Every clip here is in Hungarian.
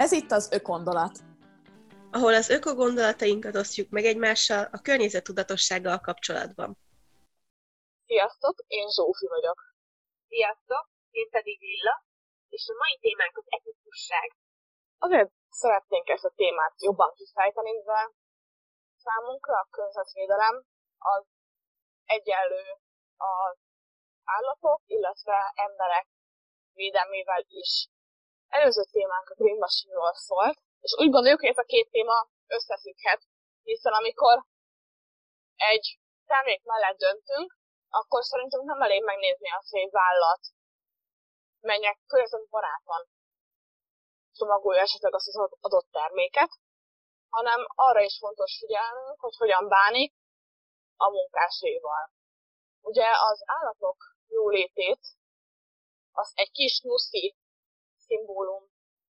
Ez itt az Ökondolat, ahol az ökogondolatainkat osztjuk meg egymással a környezettudatossággal kapcsolatban. Sziasztok, én Zsófi vagyok. Sziasztok, én pedig Lilla, és a mai témánk az etikusság. Azért szeretnénk ezt a témát jobban kifejteni, mivel számunkra a környezetvédelem az egyenlő az állatok, illetve emberek védelmével is. Előző témánk a greenwashingról szólt, és úgy gondoljuk, hogy ez a két téma összefügghet, hiszen amikor egy termék mellett döntünk, akkor szerintünk nem elég megnézni azt, hogy egy vállalat mennyire környezetbarátan csomagolja esetleg azt az adott terméket, hanem arra is fontos figyelnünk, hogy hogyan bánik a munkásaival. Ugye az állatok jólétét az egy kis nyuszi szimbólum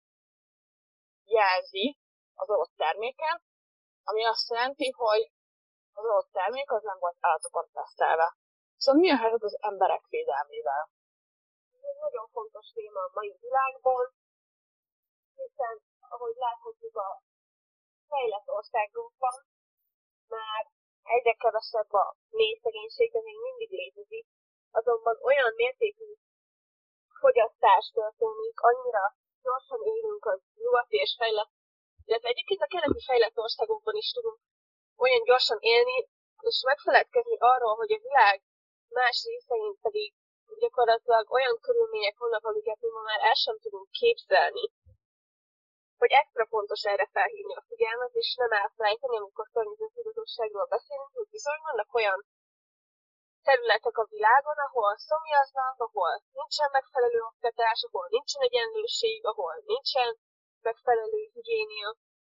jelzi az adott terméken, ami azt jelenti, hogy az adott termék az nem volt állatokon tesztelve. Szóval mi a helyzet az emberek védelmével? Ez egy nagyon fontos téma a mai világban, hiszen, ahogy láthatjuk a fejlett országokban, már egyre kevesebb a mély szegénység, de még mindig létezik, azonban olyan mértékű fogyasztás történik, annyira gyorsan élünk az nyugati és fejlett, illetve egyébként a keleti fejlett országokban is tudunk olyan gyorsan élni, és megfeledkezni arról, hogy a világ más részein pedig gyakorlatilag olyan körülmények vannak, amiket mi ma már el sem tudunk képzelni, hogy extra fontos erre felhívni a figyelmet, és nem elfelejteni, amikor környezettudatosságról beszélünk, hogy bizony vannak olyan területek a világon, ahol szomjaznak, ahol nincsen megfelelő oktatás, ahol nincsen egyenlőség, ahol nincsen megfelelő higiénia.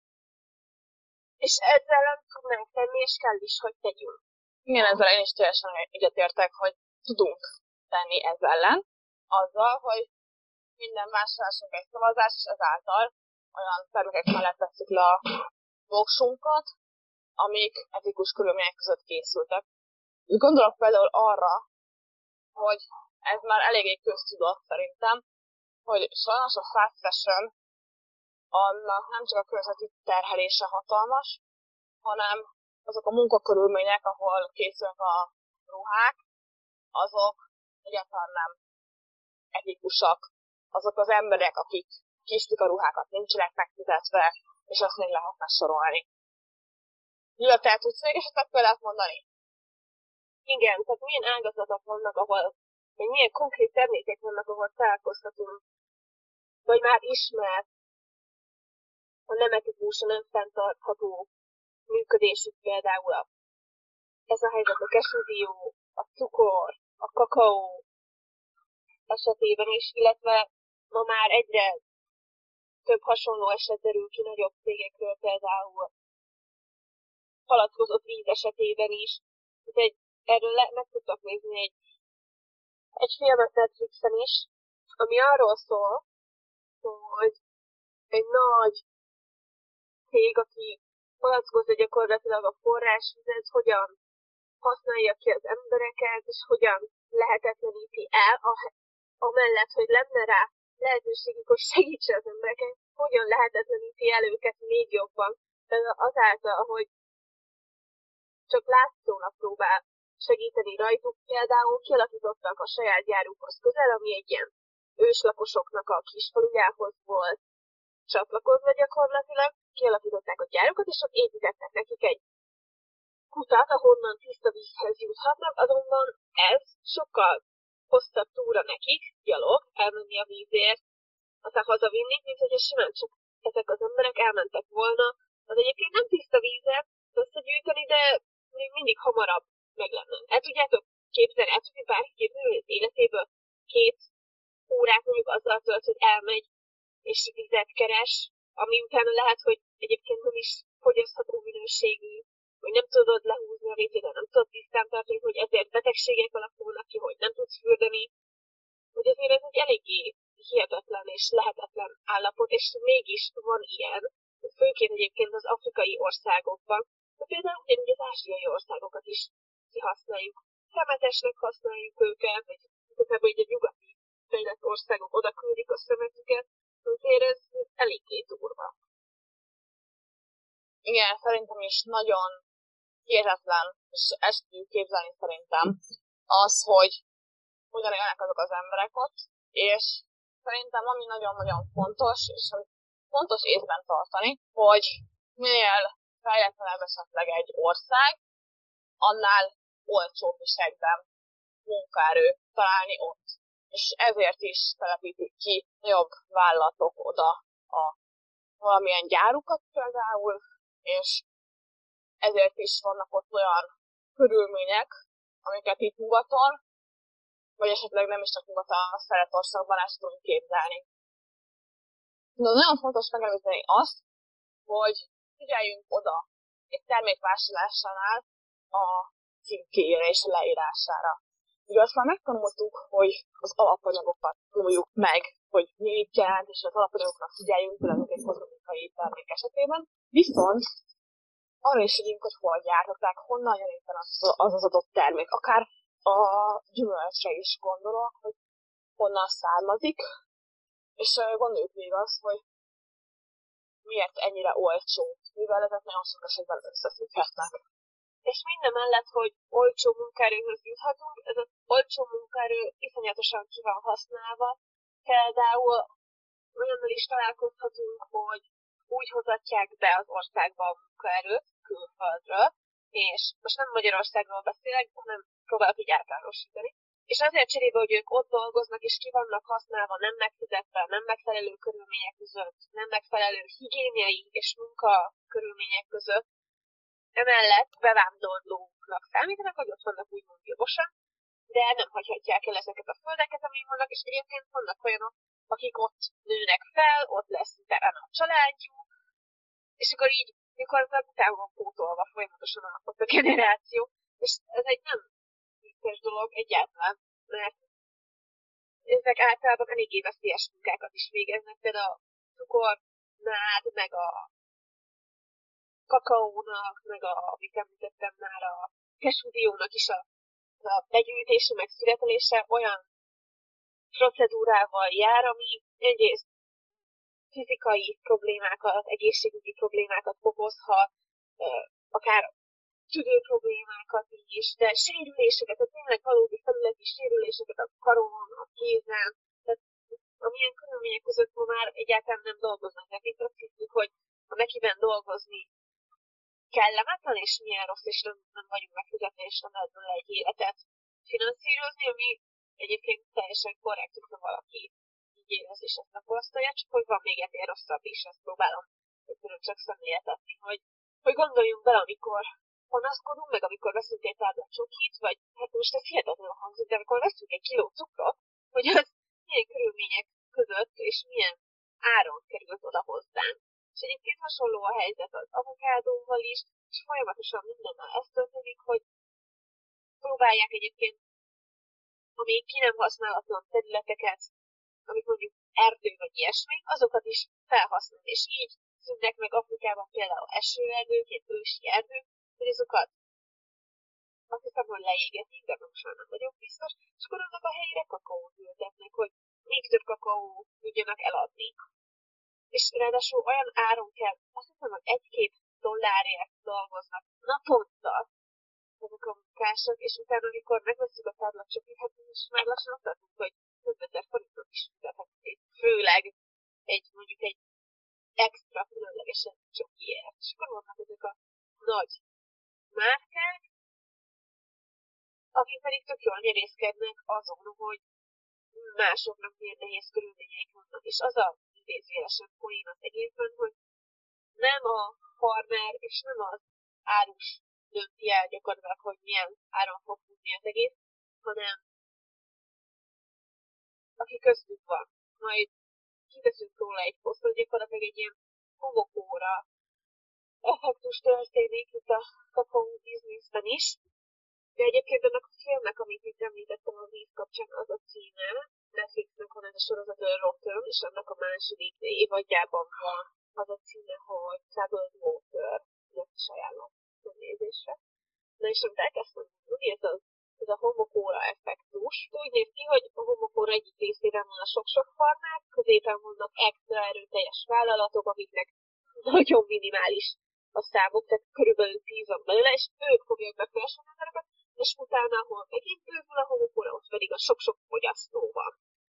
És ezzel nem tudnánk tenni, és kell is, hogy tegyünk. Igen, ezzel én is teljesen egyetértek, hogy tudunk tenni ez ellen, azzal, hogy minden vásárlásunk egy szavazás, és ezáltal olyan termékek mellett vesszük le a voksunkat, amik etikus körülmények között készültek. Gondolok például arra, hogy ez már eléggé köztudott szerintem, hogy sajnos a fast fashion annak nem csak a környezeti terhelése hatalmas, hanem azok a munkakörülmények, ahol készülnek a ruhák, azok egyáltalán nem etikusak. Azok az emberek, akik készítik a ruhákat, nincsenek megfizetve, és azt még lehetne sorolni. Gyula, te tudsz még esetleg példát mondani? Igen, tehát milyen ágazatok vannak, ahol, vagy milyen konkrét termékek vannak, ahol találkozhatunk, vagy már ismert a nem etikus, a nem fenntartható működésük, például ez a helyzet a kesúdió, a cukor, a kakaó esetében is, illetve ma már egyre több hasonló eset derül ki nagyobb cégekről, például palackozott víz esetében is. Erről meg tudtak nézni egy filmet Netflixen is, ami arról szól, hogy egy nagy cég, aki palackozza gyakorlatilag a forrásvizet, hogyan használja ki az embereket, és hogyan lehetetleníti el, amellett, hogy lenne rá lehetőségük, hogy segítse az embereket, hogyan lehetetleníti el őket még jobban. Tehát azáltal, hogy csak látszólag próbál segíteni rajtuk, például kialakítottak a saját gyárukhoz közel, ami egy ilyen őslakosoknak a kisfalujához volt csatlakozva gyakorlatilag, kialakították a gyárukat, és ott építettek nekik egy kutat, ahonnan tiszta vízhez juthatnak, azonban ez sokkal hosszabb túra nekik, gyalog, elmenni a vízért, aztán hazavinni, mint hogyha simán csak ezek az emberek elmentek volna. Az egyébként nem tiszta vízet összegyűjteni, de még mindig hamarabb meg lenne. El tudjátok képzelni, el tudjuk bárki képzelni, hogy az életéből 2 órát mondjuk azzal tölt, hogy elmegy és vizet keres, ami utána lehet, hogy egyébként nem is fogyasztható minőségű, hogy nem tudod lehúzni a vízét, nem tudod tisztán tartani, hogy ezért betegségek alakulnak ki, hogy nem tudsz fürdeni. Hogy azért ez egy eléggé hihetetlen és lehetetlen állapot, és mégis van ilyen, főként egyébként az afrikai országokban, de például ugyanúgy az ázsiai országokat is kihasználjuk. Szemetesnek használjuk őket, vagy igazából így a nyugati fejlett országok oda küldik a szemetüket, Azért ez eléggé durva. Igen, szerintem is nagyon hihetetlen, és ezt tudjuk képzelni szerintem, az, hogy hogyan élnek azok az emberek ott, és szerintem ami nagyon-nagyon fontos, és amit fontos észben tartani, hogy minél fejletlenebb esetleg egy ország, annál olcsóbb viselkedem munkaerő találni ott. És ezért is telepítik ki jobb vállalatok oda a valamilyen gyárukat például, és ezért is vannak ott olyan körülmények, amiket itt nyugaton, vagy esetleg nem is csak nyugaton, a fejlett országban ezt tudunk képzelni. De nagyon fontos megemlíteni azt, hogy figyeljünk oda egy termék vásárlásánál a címkére és a leírására. Ugye azt már megtanultuk, hogy az alapanyagokat tanuljuk meg, hogy mit jelent, és az alapanyagoknak figyeljünk, például egy kozmetikai termék esetében. Viszont arra is figyelünk, hogy hol gyártották, honnan jön éppen az adott termék. Akár a gyümölcsre is gondolok, hogy honnan származik, és gondoljuk még azt, hogy miért ennyire olcsó, mivel ezek nagyon sok esetben összefügghetnek. És minden mellett, hogy olcsó munkaerőhöz juthatunk, ez az olcsó munkaerő iszonyatosan ki van használva. Például olyannal is találkozhatunk, hogy úgy hozatják be az országba a munkaerőt külföldről, és most nem Magyarországról beszélek, hanem próbálok így általánosítani. És azért cserébe, hogy ők ott dolgoznak, és ki vannak használva, nem megfizetve, nem megfelelő körülmények között, nem megfelelő higiéniai és munka körülmények között, emellett bevándorlóknak számítanak, hogy ott vannak úgymond jogosan, de nem hagyhatják el ezeket a földeket, amik vannak, és egyébként vannak olyanok, akik ott nőnek fel, ott lesz utána a családjuk, és akkor így gyakorlatilag utána van pótolva folyamatosan ott a generáció, és ez egy nem vicces dolog egyáltalán, mert ezek általában eléggé veszélyes munkákat is végeznek, például a cukornád, meg a kakaónak, meg amit említettem már, a kesúdiónak is a begyűjtése, meg születelése olyan procedúrával jár, ami egyrészt fizikai problémákat, egészségügyi problémákat okozhat, akár tüdő problémákat is, de sérüléseket, tehát tényleg valódi felületi sérüléseket a karon, a kézen, tehát amilyen körülmények között ma már egyáltalán nem dolgoznak. Nekik azt hiszük, hogy ha nekiben dolgozni kellemetlen, és milyen rossz, és nem vagyunk megfizetni, és nem lehet vele egy életet finanszírozni, ami egyébként teljesen korrekt, hogyha valaki így érez, és ezt tapasztalja, csak hogy van még ennél rosszabb is, ezt próbálom csak szemléltetni, hogy gondoljunk bele, amikor panaszkodunk, meg amikor veszünk egy táblát csokit, vagy hát most ez hihetetlenül hangzik, de amikor veszünk egy kiló cukrot, hogy az milyen körülmények között és milyen áron került oda hozzánk. És egyébként hasonló a helyzet az avokádóval is, és folyamatosan mindennel ez történik, hogy próbálják egyébként a még ki nem használatlan területeket, amik mondjuk erdő vagy ilyesmi, azokat is felhasználni. És így szűnnek meg Afrikában például esőerdők, ilyen ősi erdők, hogy azokat azt hiszem, hogy leégetik, de most már nem vagyok biztos, és akkor annak a helyére kakaót ültetnek, hogy még több kakaót tudjanak eladni. És ráadásul olyan áron kell, azt hiszem, hogy $1-2 dolgoznak naponta ezek a munkások, és utána, amikor megveszünk a táblacsokit, hát most már lassan azt tartunk, hogy 5000 forintot is fizethetnék, főleg mondjuk egy extra különlegesen csokiért. És akkor vannak ezek a nagy márkák, akik pedig tök jól nyerészkednek azon, hogy másoknak milyen nehéz körülményeik vannak. És az a idézőjelesen poén az egészben, hogy nem a farmer és nem az árus dönti el gyakorlatilag, hogy milyen áron fog tudni az egész, hanem aki köztük van. Majd kiteszünk róla egy posztot, gyakorlatilag egy ilyen homokóra effektus történik itt a kakaó bizniszben is. De egyébként annak a filmnek, amit itt említettem a víz kapcsán, az a címe, Netflixnek van ez a sorozat, a Rotten, és annak a második évadjában van az a címe, hogy Troubled Water, ezt is ajánlom a nézésre. Na és amit elkezdtem mondani, ez az ez a homokóra effektus. Úgy néz ki, hogy a homokóra egyik részében van a sok-sok farmák, középen vannak extra erőteljes vállalatok, akiknek nagyon minimális a számuk, tehát körülbelül 10 van belőle, és ők fogják befolyásolni az árakat, és utána, ahol megint bővül a homokóra, ott pedig a sok-sok fogyasztó van.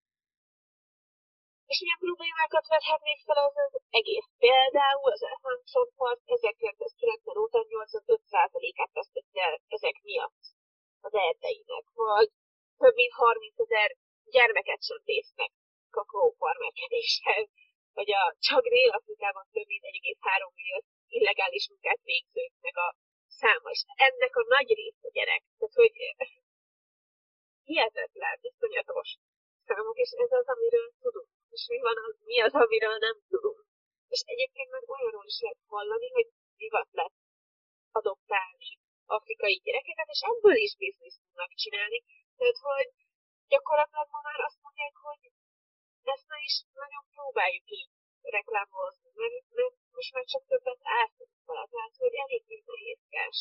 És milyen problémákat vethetnék fel az egész? Például az elefántcsontpart 1990 óta 85%-át vesztette el ezek miatt az erdeinek, vagy több mint 30 000 gyermeket csontésznek kakaófarmerkedéshez, vagy csak Dél-Afrikában több mint 1,3 millió illegális munkát végzőknek a száma, és ennek a nagy része gyerek. Tehát, hogy hihetetlen, iszonyatos számok, és ez az, amiről tudunk. És mi az, amiről nem tudunk. És egyébként meg olyanról is lehet hallani, hogy divat lett adoptálni afrikai gyerekeket, és ebből is bizniszt tudnak csinálni. Tehát, hogy gyakorlatilag ma már azt mondják, hogy ezt már is nagyon próbáljuk így reklámozni, mert most már csak többet ártunk vele, tehát, hogy eléggé nehézkes.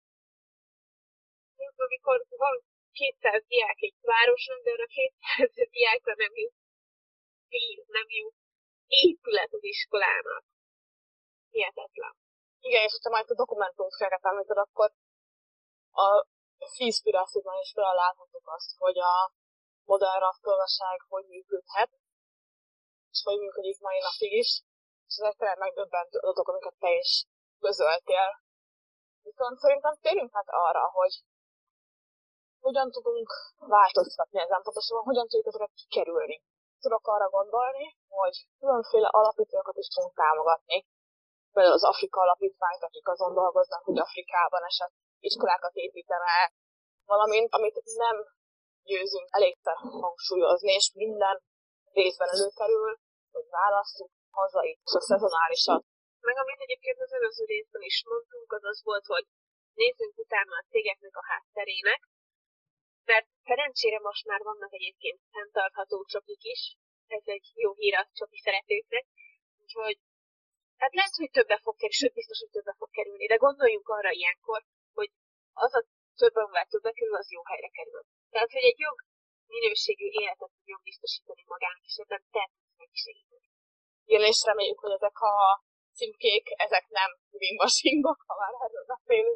Amikor van 200 diák egy városnak, de arra 200 diákra nem jut víz, nem jut épület az iskolának. Hihetetlen. Igen, és hogyha majd a dokumentumfilmeket említed, akkor a Seaspiracy-ban is láthatunk azt, hogy a modern rabszolgaság hogy működhet, és hogy működik mai napig is, és ezek tényleg megdöbbentő adatok, amiket te is közöltél. Viszont szerintem térjünk hát arra, hogy hogyan tudunk változtatni ezen, pontosan hogyan tudjuk ezeket kikerülni. Tudok arra gondolni, hogy különféle alapítókat is tudunk támogatni. Például az Afrika Alapítványt, akik azon dolgoznak, hogy Afrikában esetleg iskolákat építene, valamint amit nem győzünk elégszer hangsúlyozni, és minden részben előkerül, hogy válasszuk hazait, és a szezonálisat. Meg amit egyébként az előző részben is mondtunk, az az volt, hogy nézzünk utána a cégeknek a hátterének, mert szerencsére most már vannak egyébként fenntartható csokik is, ez egy jó hír a csoki szeretőknek, úgyhogy hát lehet, hogy többe fog kerülni, sőt biztos, hogy többe fog kerülni, de gondoljunk arra ilyenkor, hogy az a többe kerül, az jó helyre kerül. Tehát, hogy egy jobb minőségű életet tudjon biztosítani magának, és ebben te tudsz meg segíteni. Igen, és reméljük, hogy ezek a címkék, ezek nem greenwashingok, ha már erről beszélünk.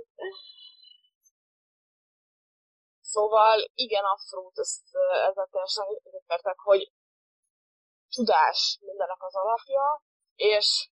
Szóval igen, abszolút ezzel teljesen egyetértek, hogy tudás mindenek az alapja, és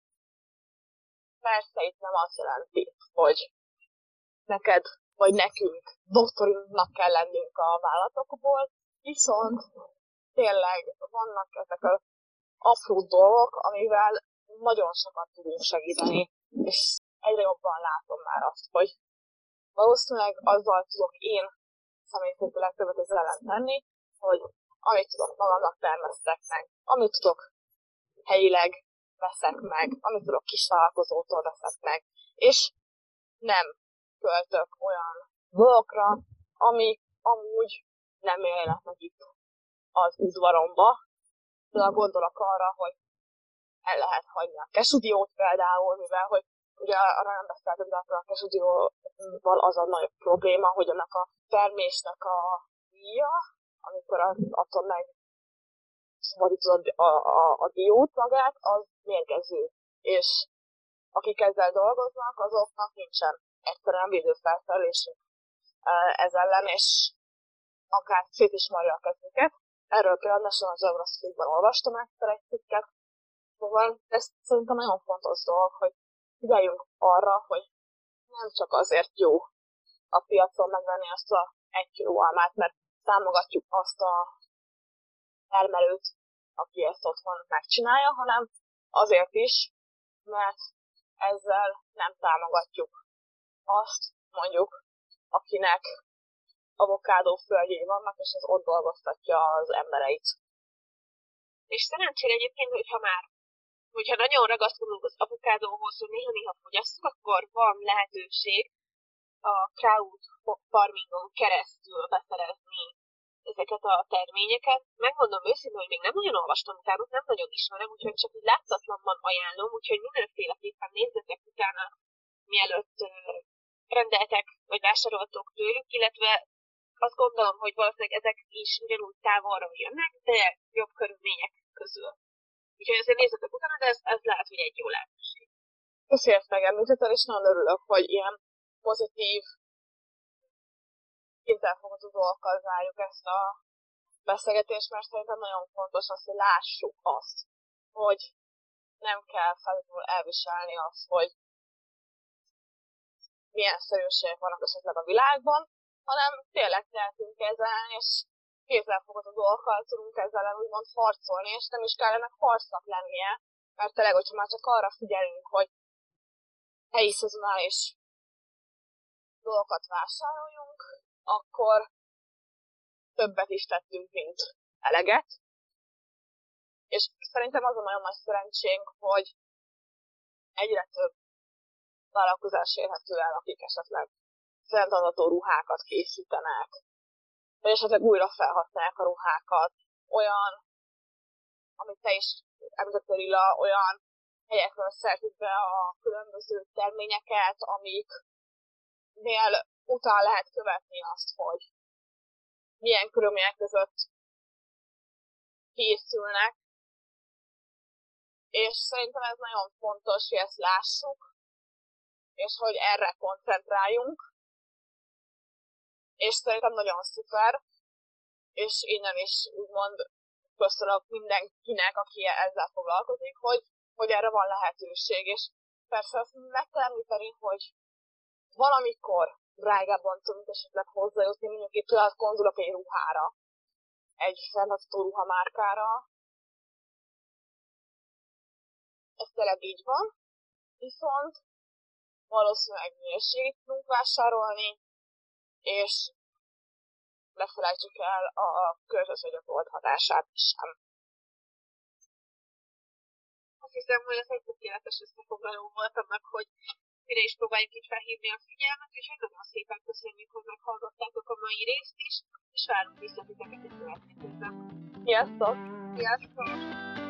persze itt nem azt jelenti, hogy neked vagy nekünk doktorunknak kell lennünk a vállalatokból, viszont tényleg vannak ezek az apró dolgok, amivel nagyon sokat tudunk segíteni, és egyre jobban látom már azt, hogy valószínűleg azzal tudok én személy szerint a legtöbbet az ellen tenni, hogy amit tudok magamnak termesztek meg, amit tudok helyileg veszek meg, amit tudok kisvállalkozótól veszek meg, és nem költök olyan dolgokra, amik amúgy nem élnek meg itt az udvaromba. De gondolok arra, hogy el lehet hagyni a kesudiót például, mivel hogy ugye arra nem beszéltünk, de a kesudióval az a nagyobb probléma, hogy annak a termésnek a díja, amikor attól meg szabadítod a diót magát, az mérgező. És akik ezzel dolgoznak, azoknak nincsen egyszerűen védőfelszerelésük ez ellen, és akár szét is marja a kezüket. Erről például az Euroszfikban olvastam egyszer egy cikket. Szóval ez szerintem nagyon fontos dolog, hogy figyeljünk arra, hogy nem csak azért jó a piacon megvenni azt a 1 kiló almát, mert támogatjuk azt a termelőt, aki ezt otthon megcsinálja, hanem azért is, mert ezzel nem támogatjuk azt, mondjuk, akinek avokádó földjei vannak, és ez ott dolgoztatja az embereit. És szerencsére egyébként, hogyha nagyon ragaszkodunk az avokádóhoz, hogy néha-néha fogyasszuk, akkor van lehetőség a crowd farmingon keresztül beszerezni ezeket a terményeket. Megmondom őszintén, hogy még nem nagyon olvastam utána, nem nagyon ismerem, úgyhogy csak így látszatlanban ajánlom, úgyhogy mindenféleképpen nézzetek utána, mielőtt rendeltek, vagy vásároltok tőlük, illetve azt gondolom, hogy valószínűleg ezek is ugyanúgy távolról jönnek, de jobb körülmények közül. Úgyhogy azért nézzetek utána, de ez lehet, hogy egy jó lehetőség. Köszi ezt megemlítetted, és nagyon örülök, hogy ilyen pozitív, kézzelfogható dolgokkal zárjuk ezt a beszélgetést, mert szerintem nagyon fontos az, hogy lássuk azt, hogy nem kell feltétlenül elviselni azt, hogy milyen szörnyűségek vannak esetleg a világban, hanem tényleg tehetünk kezelni, és kézzelfogható dolgokkal tudunk ezzel ellen úgymond harcolni, és nem is kell ennek harcnak lennie, mert tényleg, hogyha már csak arra figyelünk, hogy helyi szezonális dolgokat vásároljunk, akkor többet is tettünk, mint eleget. És szerintem az a nagyon nagy szerencsénk, hogy egyre több vállalkozás érhető el, akik esetleg fenntartható ruhákat készítenek, vagy esetleg újra felhasználják a ruhákat. Olyan, amit te is említettél, Lilla, olyan helyekről szerzik be a különböző terményeket, amiknél után lehet követni azt, hogy milyen körülmények között készülnek. És szerintem ez nagyon fontos, hogy ezt lássuk, és hogy erre koncentráljunk. És szerintem nagyon szuper, és innen is úgymond köszönök mindenkinek, aki ezzel foglalkozik, hogy erre van lehetőség. És persze azt meg kell említeni, hogy valamikor drágábban tudunk esetleg hozzájutni, mondjuk itt gondolok egy ruhára, egy fenntartható ruhamárkára. Ez tényleg így van, viszont valószínűleg minőségét tudunk vásárolni, és ne felejtsük el a környezeti gyakorolt hatását sem. Azt hiszem, hogy ez egy tökéletes összefoglaló volt annak, hogy mire is próbáljuk így felhívni a figyelmet, és nagyon szépen köszönjük, hogy meghallgattátok a mai részt is, és várunk vissza titeket egy következőben. Sziasztok! Sziasztok!